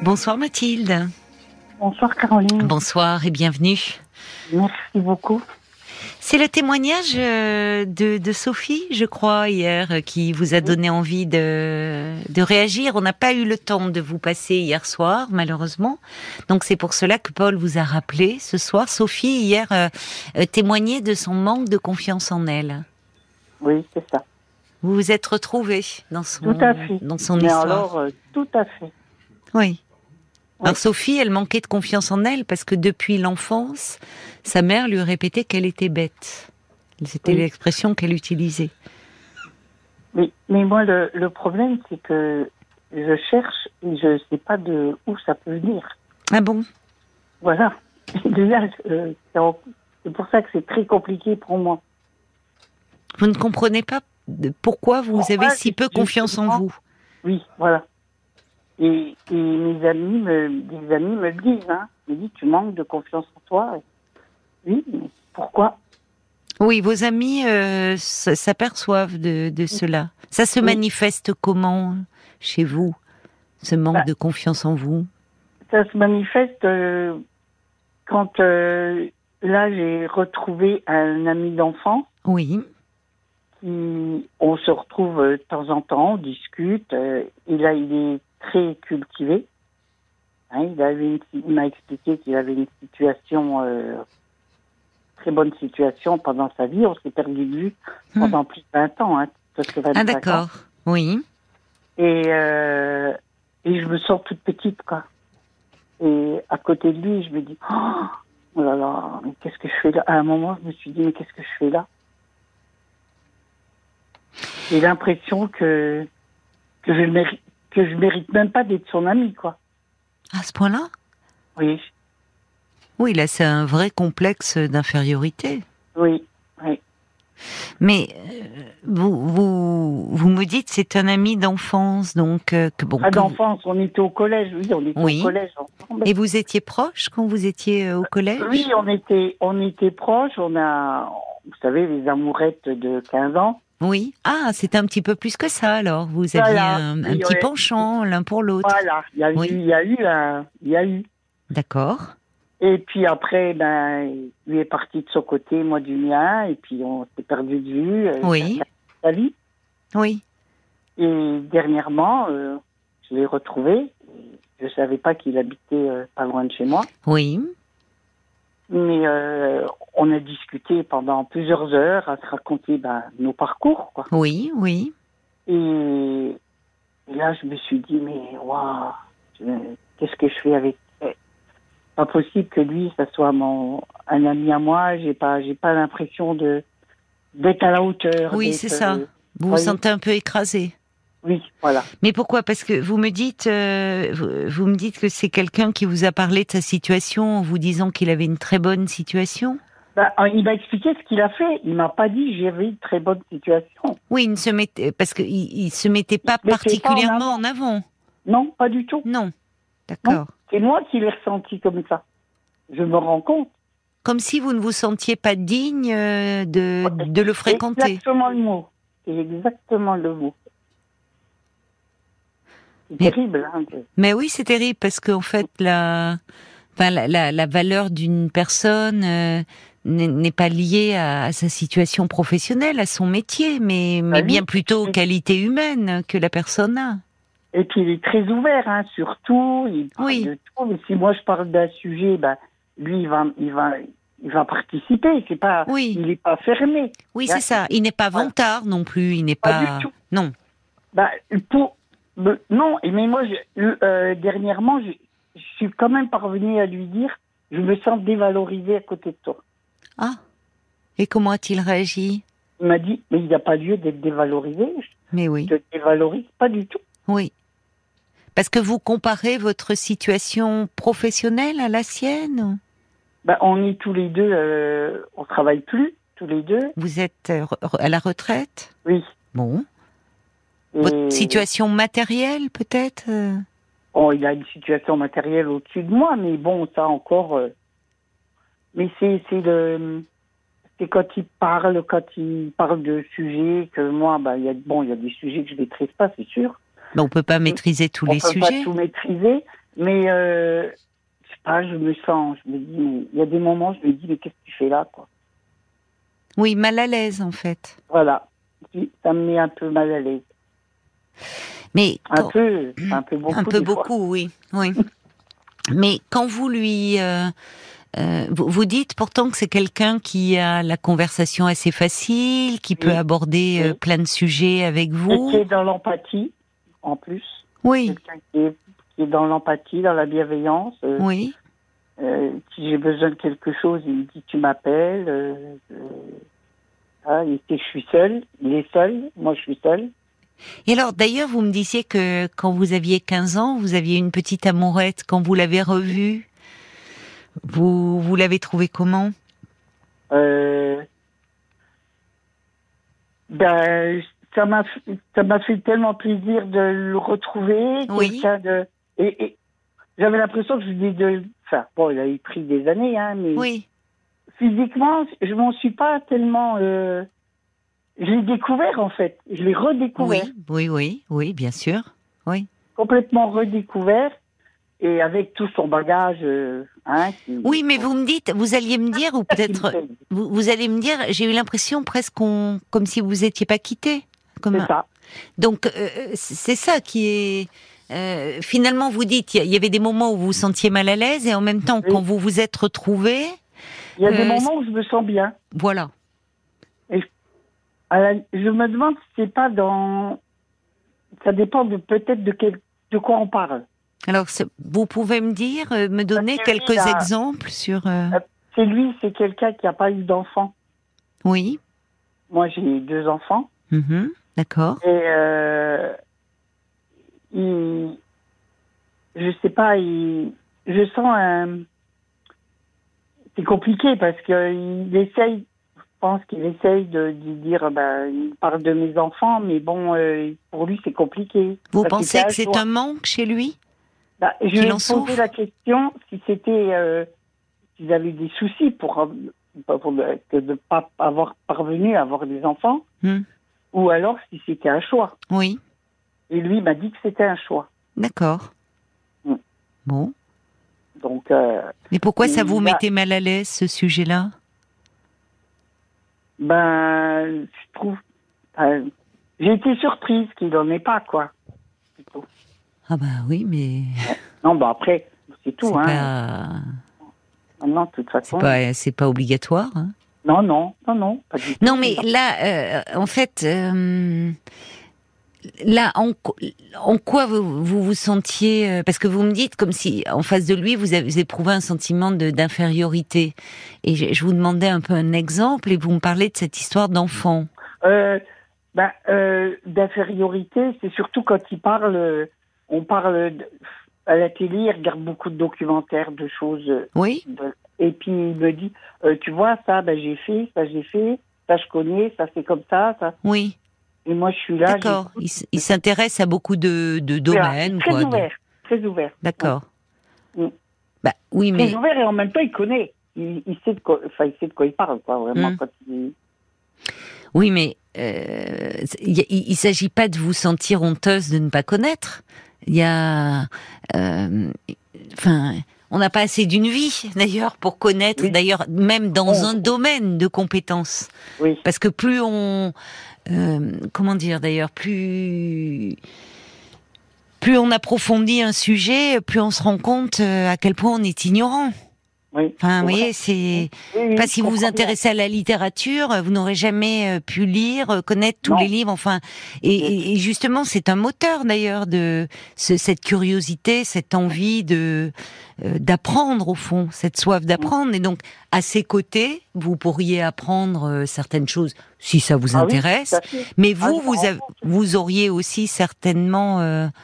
Bonsoir Mathilde. Bonsoir Caroline. Bonsoir et bienvenue. Merci beaucoup. C'est le témoignage de Sophie, je crois, hier, qui vous a donné envie de réagir. On n'a pas eu le temps de vous passer hier soir, malheureusement. Donc c'est pour cela que Paul vous a rappelé ce soir. Sophie, hier, témoignait de son manque de confiance en elle. Oui, c'est ça. Vous vous êtes retrouvée dans son, Tout à fait. dans son Mais histoire. alors, tout à fait. Oui. Oui. Alors Sophie, elle manquait de confiance en elle parce que depuis l'enfance, sa mère lui répétait qu'elle était bête. C'était l'expression qu'elle utilisait. Mais moi, le problème, c'est que je cherche et je ne sais pas de où ça peut venir. Ah bon? Voilà. Déjà, c'est pour ça que c'est très compliqué pour moi. Vous ne comprenez pas pourquoi vous avez si peu confiance en vous? Oui, voilà. Et mes amis me le disent, hein. Ils me disent, tu manques de confiance en toi. Oui, mais pourquoi? Oui, vos amis s'aperçoivent de cela. Ça se manifeste comment chez vous, ce manque de confiance en vous? Ça se manifeste quand là j'ai retrouvé un ami d'enfance. Oui. On se retrouve de temps en temps, on discute. Et là, il est très cultivé. Hein, il m'a expliqué qu'il avait une situation, très bonne situation pendant sa vie. On s'est perdu de vue pendant plus de 20 ans, hein, presque 25 Ah d'accord, ans. oui. Et je me sens toute petite, quoi. Et à côté de lui, je me dis, oh là là, mais qu'est-ce que je fais là? À un moment, je me suis dit, mais qu'est-ce que je fais là? J'ai l'impression que je mérite même pas d'être son amie, quoi. À ce point-là? Oui. Oui, là, c'est un vrai complexe d'infériorité. Oui. Mais vous me dites c'est un ami d'enfance, donc que bon. D'enfance, on était au collège, oui, on était au collège ensemble. Et vous étiez proches quand vous étiez au collège? Oui, on était proches. Vous savez, les amourettes de 15 ans. Oui. Ah, c'est un petit peu plus que ça alors. Vous aviez un petit penchant l'un pour l'autre. Voilà, il y a eu. D'accord. Et puis après, lui est parti de son côté, moi du mien, et puis on s'est perdu de vue. Sa vie. Oui. Et dernièrement, je l'ai retrouvé. Je savais pas qu'il habitait pas loin de chez moi. Oui. Mais on a discuté pendant plusieurs heures à se raconter nos parcours, quoi. Oui. Et là, je me suis dit, mais waouh, qu'est-ce que je fais avec? Pas possible que lui, ça soit un ami à moi. J'ai pas l'impression d'être à la hauteur. Oui, c'est ça. Vous vous sentez un peu écrasé. Oui, voilà. Mais pourquoi? Parce que vous me dites que c'est quelqu'un qui vous a parlé de sa situation en vous disant qu'il avait une très bonne situation. Il m'a expliqué ce qu'il a fait. Il m'a pas dit j'avais une très bonne situation. Oui, il se mettait pas particulièrement en avant. Non, pas du tout. Non, d'accord. Non. C'est moi qui l'ai ressenti comme ça. Je me rends compte. Comme si vous ne vous sentiez pas digne de le fréquenter. C'est exactement le mot. C'est exactement le mot. C'est terrible. Hein. Mais oui, c'est terrible parce qu'en fait, la valeur d'une personne n'est pas liée à sa situation professionnelle, à son métier, mais bien plutôt aux qualités humaines que la personne a. Et puis il est très ouvert, hein, sur tout. Il parle de tout. Mais si moi je parle d'un sujet, lui il va participer. C'est pas, il n'est pas fermé. Oui, c'est ça. Il n'est pas vantard non plus. Il n'est pas. Du tout. Non. Non. Mais moi, dernièrement, je suis quand même parvenue à lui dire, je me sens dévalorisée à côté de toi. Ah. Et comment a-t-il réagi? Il m'a dit, mais il n'y a pas lieu d'être dévalorisé. Mais oui. Je te dévalorise pas du tout. Oui. Parce que vous comparez votre situation professionnelle à la sienne? On est tous les deux, on travaille plus, tous les deux. Vous êtes à la retraite? Oui. Bon. Votre situation matérielle, peut-être? Il a une situation matérielle au-dessus de moi, mais bon, ça encore... Mais c'est quand il parle de sujets que moi, il y a des sujets que je maîtrise pas, c'est sûr. On peut pas maîtriser tous les sujets. On peut pas tout maîtriser, Mais je sais pas, je me sens, je me dis, mais il y a des moments, je me dis, mais qu'est-ce que tu fais là, quoi. Oui, mal à l'aise en fait. Voilà, ça me met un peu mal à l'aise. Mais Un peu un beaucoup peu des fois. beaucoup, oui, oui. Mais quand vous lui, vous dites pourtant que c'est quelqu'un qui a la conversation assez facile, qui peut Oui, aborder oui. plein de sujets avec Et qui vous. est dans l'empathie, en plus. Oui, Quelqu'un qui est dans l'empathie, dans la bienveillance. oui. Si j'ai besoin de quelque chose, il me dit tu m'appelles. Il sait que je suis seule. Il est seul. Moi, je suis seule. Et alors, d'ailleurs, vous me disiez que quand vous aviez 15 ans, vous aviez une petite amourette. Quand vous l'avez revue, vous l'avez trouvée comment? Euh, ben, ça m'a fait tellement plaisir de le retrouver. Oui, Et j'avais l'impression que je lui de. Enfin, bon, il a pris des années, hein, mais oui, physiquement, je m'en suis pas tellement. Je l'ai découvert en fait. Je l'ai redécouvert, oui, oui, oui, oui, bien sûr. Oui. complètement redécouvert, et avec tout son bagage, Oui, mais vous me dites, vous alliez me dire, ou qui me peut-être plaît. vous allez me dire, j'ai eu l'impression presque comme si vous étiez pas quitté. C'est ça. Donc c'est ça qui est. Finalement, vous dites, il y avait des moments où vous vous sentiez mal à l'aise, et en même temps, quand Et vous vous êtes retrouvés, il y a des euh, moments où je me sens bien. voilà. Et je me demande si c'est pas dans. Ça dépend peut-être de quoi on parle. Alors, vous pouvez me dire, me Parce donner que lui, quelques exemples sur. c'est quelqu'un qui n'a pas eu d'enfant. Oui. Moi, j'ai 2 enfants. Mhm. D'accord. Et je sais pas, je sens c'est compliqué parce qu'il essaye, je pense qu'il essaye de dire, il parle de mes enfants, mais bon, pour lui, c'est compliqué. Vous Parce que c'était pensez un que c'est choix. un manque chez lui, Je lui qu'il ai en posé la souffre? question si c'était, s'ils avaient des soucis de ne pas avoir parvenu à avoir des enfants, Hmm. ou alors si c'était un choix. Oui. Et lui m'a dit que c'était un choix. D'accord. Hmm. Bon. Donc, Mais pourquoi ça vous il a, mettait mal à l'aise, ce sujet-là? je trouve, j'ai été surprise qu'il n'en ait pas, quoi. Plutôt. Ah bah oui, mais Non, après, c'est tout, c'est hein. pas, Non, de toute façon. c'est pas obligatoire, hein. Non, non, non, non, pas du Non, tout. mais Non. là, en fait, là, en quoi vous vous sentiez, parce que vous me dites comme si en face de lui vous avez éprouvé un sentiment d'infériorité, et je vous demandais un peu un exemple, et vous me parlez de cette histoire d'enfant. Euh, D'infériorité, c'est surtout quand il parle, on parle à la télé, il regarde beaucoup de documentaires, de choses. Oui, Et puis il me dit, tu vois, j'ai fait, ça j'ai fait, ça je connais, ça c'est comme ça. oui, Et moi je suis là, d'accord. j'écoute. Il s'intéresse à beaucoup de Voilà, domaines, quoi. très ouvert. Ouais. D'accord. Mm. Bah oui, Très mais ouvert et en même temps il connaît. Il sait il sait de quoi il parle, quoi, vraiment. hmm. Quand il... Oui, mais il s'agit pas de vous sentir honteuse de ne pas connaître. Il y a, enfin, on n'a pas assez d'une vie d'ailleurs pour connaître. Oui. D'ailleurs, même dans un domaine de compétences, Oui. parce que plus on, comment dire d'ailleurs, plus on approfondit un sujet, plus on se rend compte à quel point on est ignorant. Oui. Enfin, vous C'est voyez, vrai. c'est. Oui, Enfin, je si vous vous comprends bien. intéressez à la littérature, vous n'aurez jamais pu lire, connaître tous les Non. livres. Enfin, Oui. et justement, c'est un moteur d'ailleurs de cette curiosité, cette envie de d'apprendre au fond, cette soif d'apprendre. Et donc, à ses côtés, vous pourriez apprendre certaines choses si ça vous Ah oui, tout intéresse. à fait. Mais Ah, vous, je me rends compte. vous auriez aussi certainement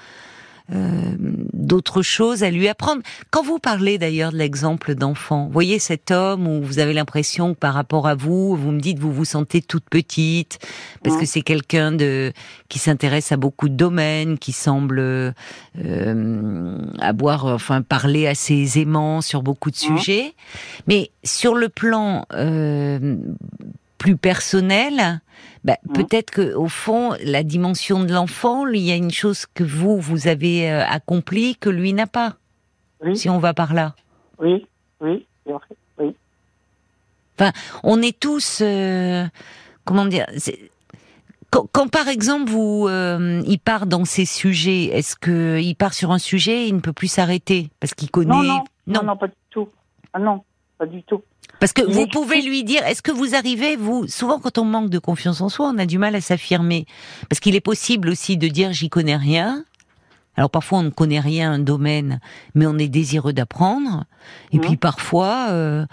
d'autres choses à lui apprendre. Quand vous parlez d'ailleurs de l'exemple d'enfant, vous voyez cet homme où vous avez l'impression que par rapport à vous, vous me dites vous vous sentez toute petite parce que c'est quelqu'un qui s'intéresse à beaucoup de domaines, qui semble avoir enfin parlé assez aisément sur beaucoup de sujets, mais sur le plan plus personnel, peut-être que au fond, la dimension de l'enfant, il y a une chose que vous avez accomplie que lui n'a pas. Oui. si on va par là. Oui, oui, c'est vrai, oui. Enfin, on est tous, comment dire, quand par exemple il part dans ces sujets, est-ce que il part sur un sujet et il ne peut plus s'arrêter parce qu'il Non, connaît? non, non, Non. non, pas du tout. Ah non, pas du tout. Parce que Il vous pouvez explique. lui dire, est-ce que vous arrivez, vous, souvent quand on manque de confiance en soi, on a du mal à s'affirmer. Parce qu'il est possible aussi de dire j'y connais rien. Alors parfois on ne connaît rien un domaine, mais on est désireux d'apprendre. Et puis parfois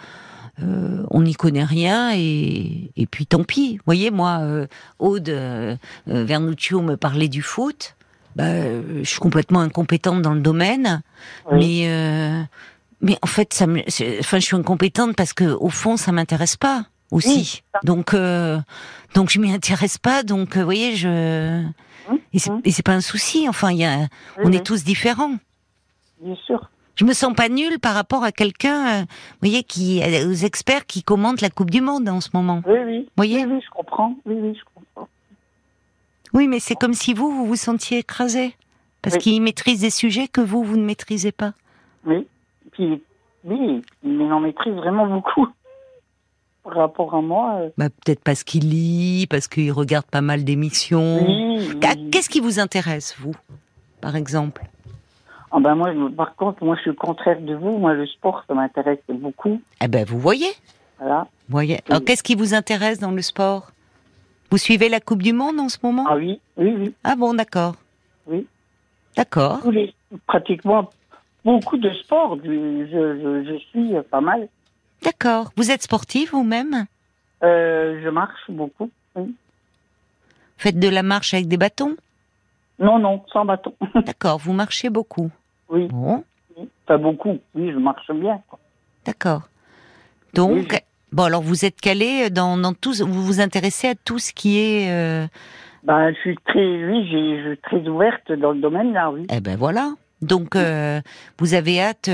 on n'y connaît rien et puis tant pis. Vous voyez, moi, Aude Vernuccio me parlait du foot. Je suis complètement incompétente dans le domaine, Oui, mais en fait, je suis incompétente parce que au fond, ça m'intéresse pas oui, aussi. ça. Donc je m'y intéresse pas. Donc, vous voyez, Hum, hum, et c'est pas un souci. Enfin, oui, on est oui, tous différents. bien sûr. Je me sens pas nulle par rapport à quelqu'un, vous voyez, aux experts qui commentent la Coupe du Monde en ce moment. Oui, oui, Vous voyez? oui, oui, je comprends. Oui, oui, je comprends. Oui, mais c'est comme si vous vous sentiez écrasé. Parce Oui, qu'ils maîtrisent des sujets que vous ne maîtrisez pas. oui. Puis, oui, il en maîtrise vraiment beaucoup par rapport à moi. Peut-être parce qu'il lit, parce qu'il regarde pas mal d'émissions. Oui. Qu'est-ce qui vous intéresse, vous, par exemple? Ah ben moi, par contre, moi, je suis le contraire de vous. Moi, le sport, ça m'intéresse beaucoup. Eh ben, vous voyez. Voilà. Vous voyez. Alors, qu'est-ce qui vous intéresse dans le sport? Vous suivez la Coupe du Monde en ce moment? Ah oui, oui, oui, Ah bon, d'accord. oui. D'accord. Pratiquement beaucoup de sports. Je suis pas mal. D'accord. Vous êtes sportif vous-même? Je marche beaucoup. Oui. Faites de la marche avec des bâtons? Non, non, sans bâton. D'accord. Vous marchez beaucoup. Oui, Bon. oui. Pas beaucoup. Oui, je marche bien. Quoi. D'accord. Oui, Donc, bon, alors vous êtes calé dans tout, vous vous intéressez à tout ce qui est, ben, je suis très, oui, je suis très ouverte dans le domaine là, oui. eh ben voilà. Donc, vous avez hâte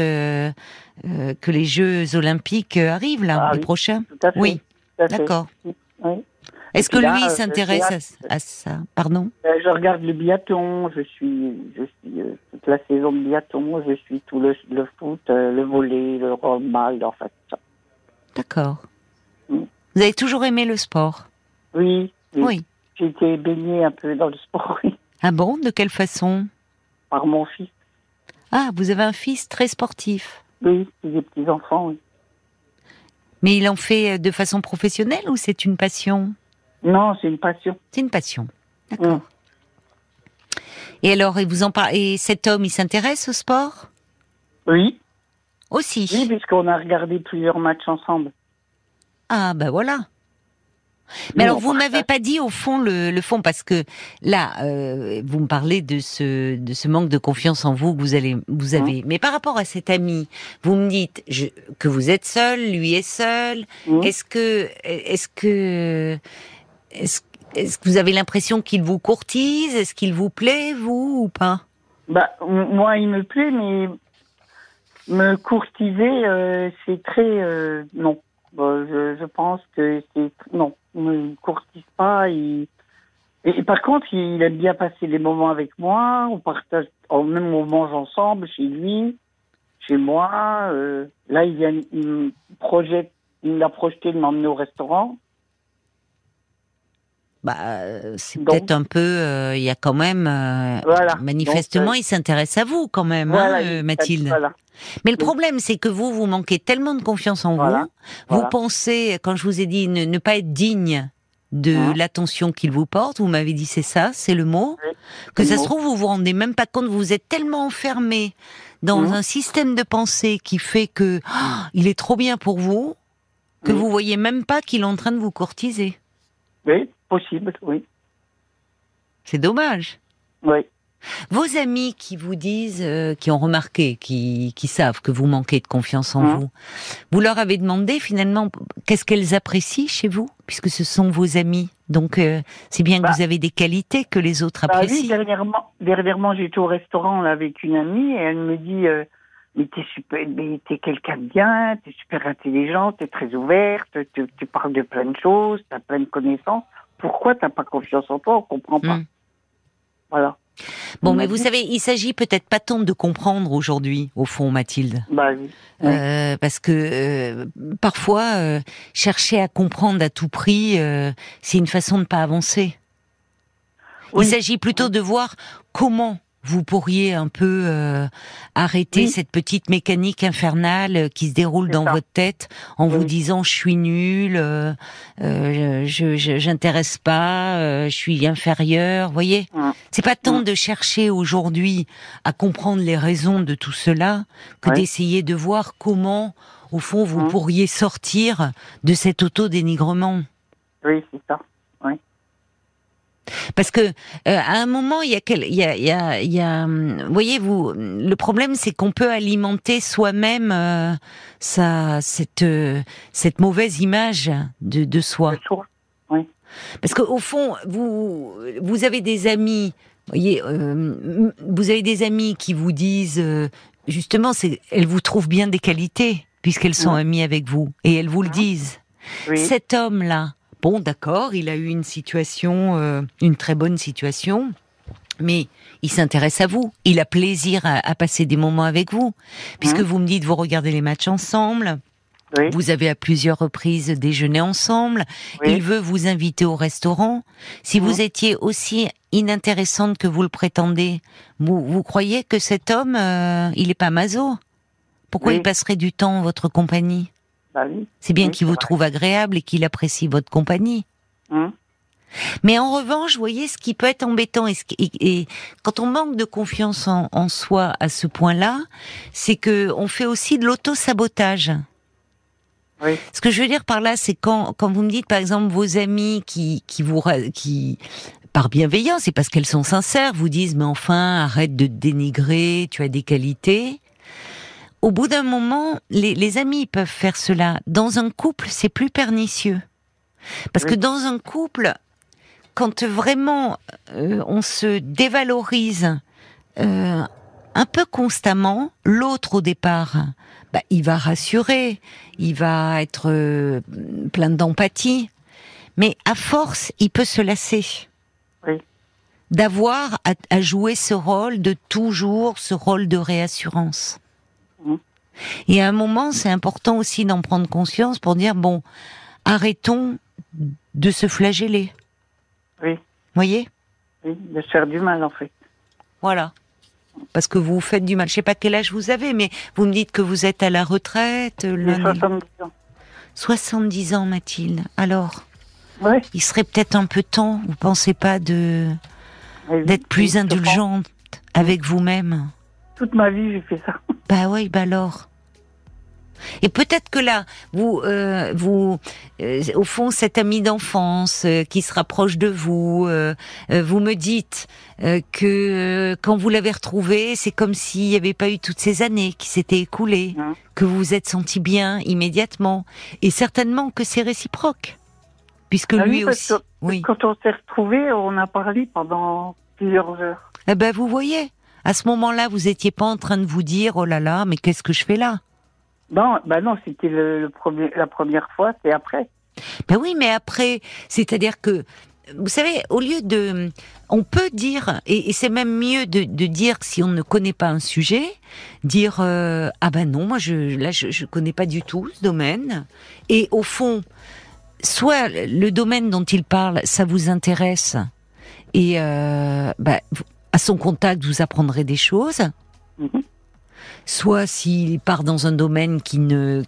que les Jeux Olympiques arrivent là, Ah les oui, prochains. tout à fait, Oui, tout à fait. d'accord. Oui. Et Est-ce que puis là, lui il j'ai s'intéresse hâte. à ça? Pardon? Je regarde le biathlon, je suis toute la saison de biathlon, je suis tout le foot, le volley, le handball, enfin tout ça. D'accord. Mm. Vous avez toujours aimé le sport? Oui, oui. Oui. J'ai été baignée un peu dans le sport, oui, Ah bon? De quelle façon? par mon fils. Ah, vous avez un fils très sportif. Oui, j'ai des petits-enfants, oui. Mais il en fait de façon professionnelle ou c'est une passion? Non, c'est une passion. C'est une passion. Mm. D'accord. Et alors, il vous en parle. Et cet homme, il s'intéresse au sport Oui, aussi? oui, puisqu'on a regardé plusieurs matchs ensemble. Ah, ben voilà. Mais Oui, alors, on vous m'avez partage. pas dit au fond le fond, parce que là, vous me parlez de ce manque de confiance en vous que vous Mm. avez. Mais par rapport à cet ami, vous me dites que vous êtes seul, lui est seul. Mm. Est-ce que vous avez l'impression qu'il vous courtise? Est-ce qu'il vous plaît, vous, ou pas? Bah, moi, il me plaît, mais me courtiser, c'est très... non. Bon, je pense que c'est... Non, il me courtise pas. Et par contre, il aime bien passer des moments avec moi. On partage... Même on mange ensemble, chez lui, chez moi. Là, il a projeté de m'emmener au restaurant. C'est Donc, peut-être un peu. Il y a quand même. voilà. Manifestement, Donc, il s'intéresse à vous quand même, hein, voilà. Mathilde. Voilà. Mais le Oui. problème, c'est que vous manquez tellement de confiance en Voilà. vous. Vous Voilà. pensez, quand je vous ai dit ne pas être digne de Hein. l'attention qu'il vous porte, vous m'avez dit c'est ça, c'est le mot. Oui, Que c'est ça le se mot. trouve, vous vous rendez même pas compte, vous êtes tellement enfermé dans Hein. un système de pensée qui fait que il est trop bien pour vous, que Oui. vous voyez même pas qu'il est en train de vous courtiser. Oui, possible, oui. C'est dommage. Oui. Vos amis qui vous disent, qui ont remarqué, qui savent que vous manquez de confiance en Hein. vous leur avez demandé finalement qu'est-ce qu'elles apprécient chez vous, puisque ce sont vos amis. Donc c'est bien que Bah, vous avez des qualités que les autres Bah oui, apprécient. dernièrement j'étais au restaurant là, avec une amie et elle me dit mais t'es quelqu'un de bien, t'es super intelligente, t'es très ouverte, tu parles de plein de choses, t'as plein de connaissances. Pourquoi t'as pas confiance en toi? On comprend pas. Mm. Voilà. Bon, mais vous savez, il s'agit peut-être pas tant de comprendre aujourd'hui, au fond, Mathilde. Bah oui. Parce que parfois, chercher à comprendre à tout prix, c'est une façon de pas avancer. Oui. Il s'agit plutôt de voir comment vous pourriez un peu arrêter cette petite mécanique infernale qui se déroule dans votre tête en vous disant je suis nul, j'intéresse pas, je suis inférieur, vous voyez. C'est pas tant de chercher aujourd'hui à comprendre les raisons de tout cela que d'essayer de voir comment, au fond, vous pourriez sortir de cet auto-dénigrement. Oui, c'est ça. Oui. Parce que à un moment, il y a, voyez-vous, le problème, c'est qu'on peut alimenter soi-même cette mauvaise image de soi. Oui. Parce qu'au fond, vous avez des amis, voyez, vous avez des amis qui vous disent justement, elles vous trouvent bien des qualités puisqu'elles sont amies avec vous et elles vous le disent. Oui. Cet homme-là. Bon, d'accord, il a eu une situation, une très bonne situation, mais il s'intéresse à vous. Il a plaisir à passer des moments avec vous, puisque vous me dites, vous regardez les matchs ensemble, vous avez à plusieurs reprises déjeuné ensemble, il veut vous inviter au restaurant. Si vous étiez aussi inintéressante que vous le prétendez, vous croyez que cet homme, il est pas maso ? Pourquoi il passerait du temps en votre compagnie ? Bah oui. C'est bien qu'il vous trouve agréable et qu'il apprécie votre compagnie. Mais en revanche, vous voyez, ce qui peut être embêtant et quand on manque de confiance en soi à ce point-là, c'est que on fait aussi de l'auto-sabotage. Oui. Ce que je veux dire par là, c'est quand vous me dites, par exemple, vos amis qui par bienveillance et parce qu'elles sont sincères, vous disent, mais enfin, arrête de te dénigrer, tu as des qualités. Au bout d'un moment, les amis peuvent faire cela. Dans un couple, c'est plus pernicieux. Parce que dans un couple, quand vraiment on se dévalorise un peu constamment, l'autre au départ, il va rassurer, il va être plein d'empathie. Mais à force, il peut se lasser. D'avoir à jouer ce rôle de toujours, ce rôle de réassurance. Et à un moment, c'est important aussi d'en prendre conscience pour dire, bon, arrêtons de se flageller. Oui. Voyez ? Oui, de se faire du mal, en fait. Voilà. Parce que vous faites du mal. Je sais pas quel âge vous avez, mais vous me dites que vous êtes à la retraite. 70 ans. 70 ans, Mathilde. Alors, il serait peut-être un peu temps, vous pensez pas, d'être plus indulgente avec vous-même ? Toute ma vie, j'ai fait ça. Bah oui, alors. Et peut-être que là, vous, au fond, cet ami d'enfance qui se rapproche de vous, vous me dites que quand vous l'avez retrouvé, c'est comme s'il n'y avait pas eu toutes ces années qui s'étaient écoulées, que vous vous êtes senti bien immédiatement, et certainement que c'est réciproque, puisque lui aussi. Quand on s'est retrouvés, on a parlé pendant plusieurs heures. Eh ben, vous voyez. À ce moment-là, vous étiez pas en train de vous dire, oh là là, mais qu'est-ce que je fais là? Non, c'était la première fois, c'est après. Ben oui, mais après, c'est-à-dire que, vous savez, au lieu de, on peut dire, et c'est même mieux de dire si on ne connaît pas un sujet, dire, ah ben non, moi je connais pas du tout ce domaine, et au fond, soit le domaine dont il parle, ça vous intéresse, et à son contact, vous apprendrez des choses. Soit s'il part dans un domaine qui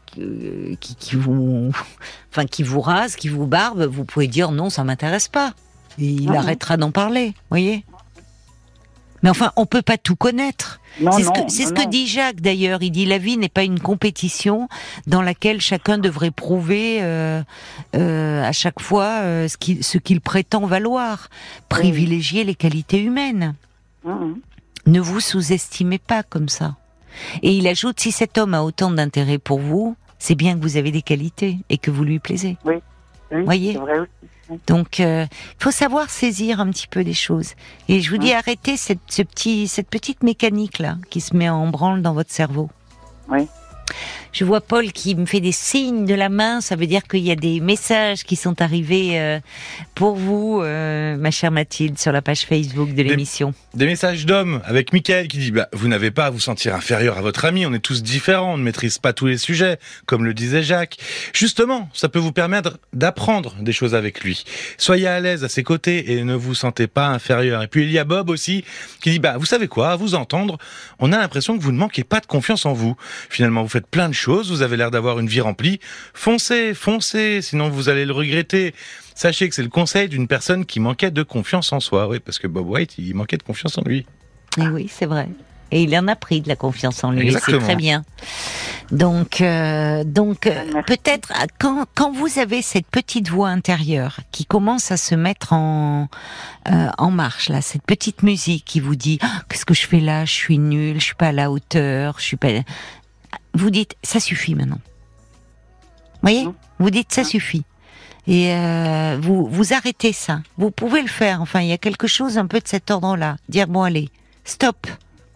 vous rase, qui vous barbe, vous pouvez dire non, ça m'intéresse pas. Et il arrêtera d'en parler, voyez. Mais enfin, on peut pas tout connaître. C'est ce que dit Jacques d'ailleurs. Il dit la vie n'est pas une compétition dans laquelle chacun devrait prouver à chaque fois ce qu'il prétend valoir. Privilégier les qualités humaines. Ne vous sous-estimez pas comme ça. Et il ajoute, si cet homme a autant d'intérêt pour vous, c'est bien que vous avez des qualités et que vous lui plaisez. Oui, voyez. C'est vrai aussi. Donc, il faut savoir saisir un petit peu des choses. Et je vous dis, arrêtez cette petite mécanique-là qui se met en branle dans votre cerveau. Oui. Je vois Paul qui me fait des signes de la main. Ça veut dire qu'il y a des messages qui sont arrivés pour vous, ma chère Mathilde, sur la page Facebook de l'émission. Des messages d'hommes avec Mickaël qui dit vous n'avez pas à vous sentir inférieur à votre ami. On est tous différents. On ne maîtrise pas tous les sujets, comme le disait Jacques. Justement, ça peut vous permettre d'apprendre des choses avec lui. Soyez à l'aise à ses côtés et ne vous sentez pas inférieur. Et puis il y a Bob aussi qui dit vous savez quoi, à vous entendre, on a l'impression que vous ne manquez pas de confiance en vous. Finalement, vous faites plein de choses, vous avez l'air d'avoir une vie remplie. Foncez, sinon vous allez le regretter. Sachez que c'est le conseil d'une personne qui manquait de confiance en soi. Oui, parce que Bob White, il manquait de confiance en lui. Et oui, c'est vrai. Et il en a pris de la confiance en lui. Exactement. C'est très bien. Donc, peut-être quand vous avez cette petite voix intérieure qui commence à se mettre en marche, là, cette petite musique qui vous dit qu'est-ce que je fais là, je suis nulle, je suis pas à la hauteur, je suis pas. Vous dites ça suffit maintenant. Vous voyez, vous dites ça suffit. Et vous arrêtez ça. Vous pouvez le faire. Enfin, il y a quelque chose un peu de cet ordre-là. Dire bon allez, stop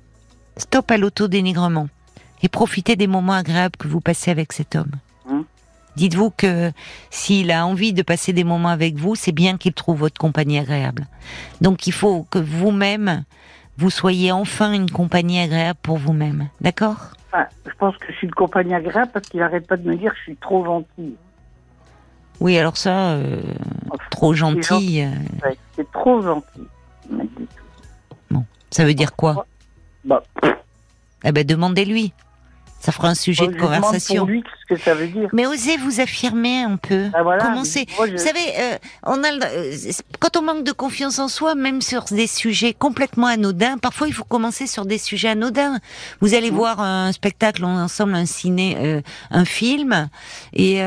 à l'autodénigrement et profitez des moments agréables que vous passez avec cet homme. Dites-vous que s'il a envie de passer des moments avec vous, c'est bien qu'il trouve votre compagnie agréable. Donc il faut que vous-même, vous soyez enfin une compagnie agréable pour vous-même. D'accord ? Je pense que je suis une compagnie agréable parce qu'il n'arrête pas de me dire que je suis trop gentille. Oui, alors ça, trop gentil. Ouais, c'est trop gentil. Il m'a dit. Bon, ça veut dire quoi ? Eh ben, demandez-lui. Ça fera un sujet de conversation. Je demande pour lui ce que ça veut dire. Mais osez vous affirmer un peu. Voilà, Commencez. Vous savez, quand on manque de confiance en soi, même sur des sujets complètement anodins, parfois il faut commencer sur des sujets anodins. Vous allez voir un spectacle ensemble, un film, et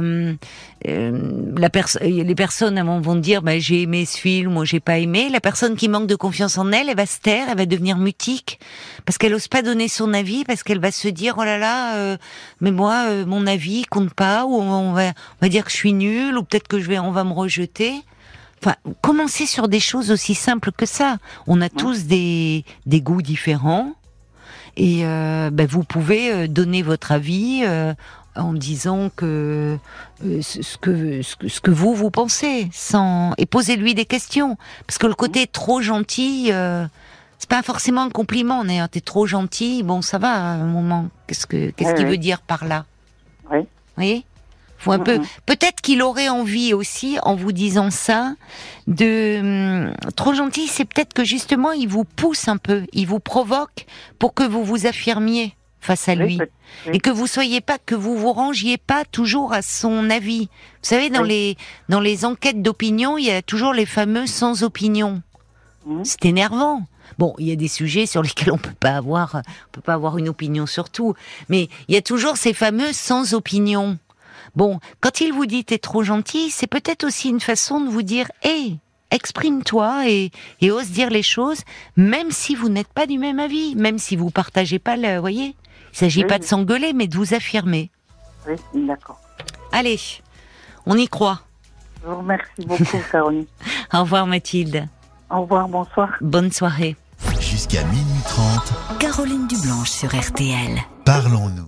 les personnes vont dire j'ai aimé ce film, moi j'ai pas aimé. La personne qui manque de confiance en elle, elle va se taire, elle va devenir mutique parce qu'elle ose pas donner son avis, parce qu'elle va se dire oh là là, mais moi mon avis compte pas, ou on va dire que je suis nulle, ou peut-être que on va me rejeter. Enfin, commencez sur des choses aussi simples que ça. On a tous des goûts différents, et vous pouvez donner votre avis en disant que ce que vous pensez, et posez-lui des questions, parce que le côté trop gentil, c'est pas forcément un compliment. T'es trop gentil, bon ça va à un moment. Qu'est-ce qu'il veut dire par là? Oui. Vous voyez? Faut un peu. Peut-être qu'il aurait envie aussi, en vous disant ça, trop gentil. C'est peut-être que justement il vous pousse un peu, il vous provoque pour que vous vous affirmiez face à lui, et que vous vous rangiez pas toujours à son avis. Vous savez, dans les enquêtes d'opinion, il y a toujours les fameux sans opinion. C'est énervant. Bon, il y a des sujets sur lesquels on peut pas avoir une opinion sur tout, mais il y a toujours ces fameux sans opinion. Bon, quand il vous dit t'es trop gentil, c'est peut-être aussi une façon de vous dire exprime-toi et ose dire les choses, même si vous n'êtes pas du même avis, même si vous partagez pas vous voyez. Il s'agit pas de s'engueuler, mais de vous affirmer. Oui, d'accord. Allez, on y croit. Je vous remercie beaucoup, Caroline. Au revoir, Mathilde. Au revoir, bonsoir. Bonne soirée. Jusqu'à 12h30. Caroline Dublanche sur RTL. Parlons-nous.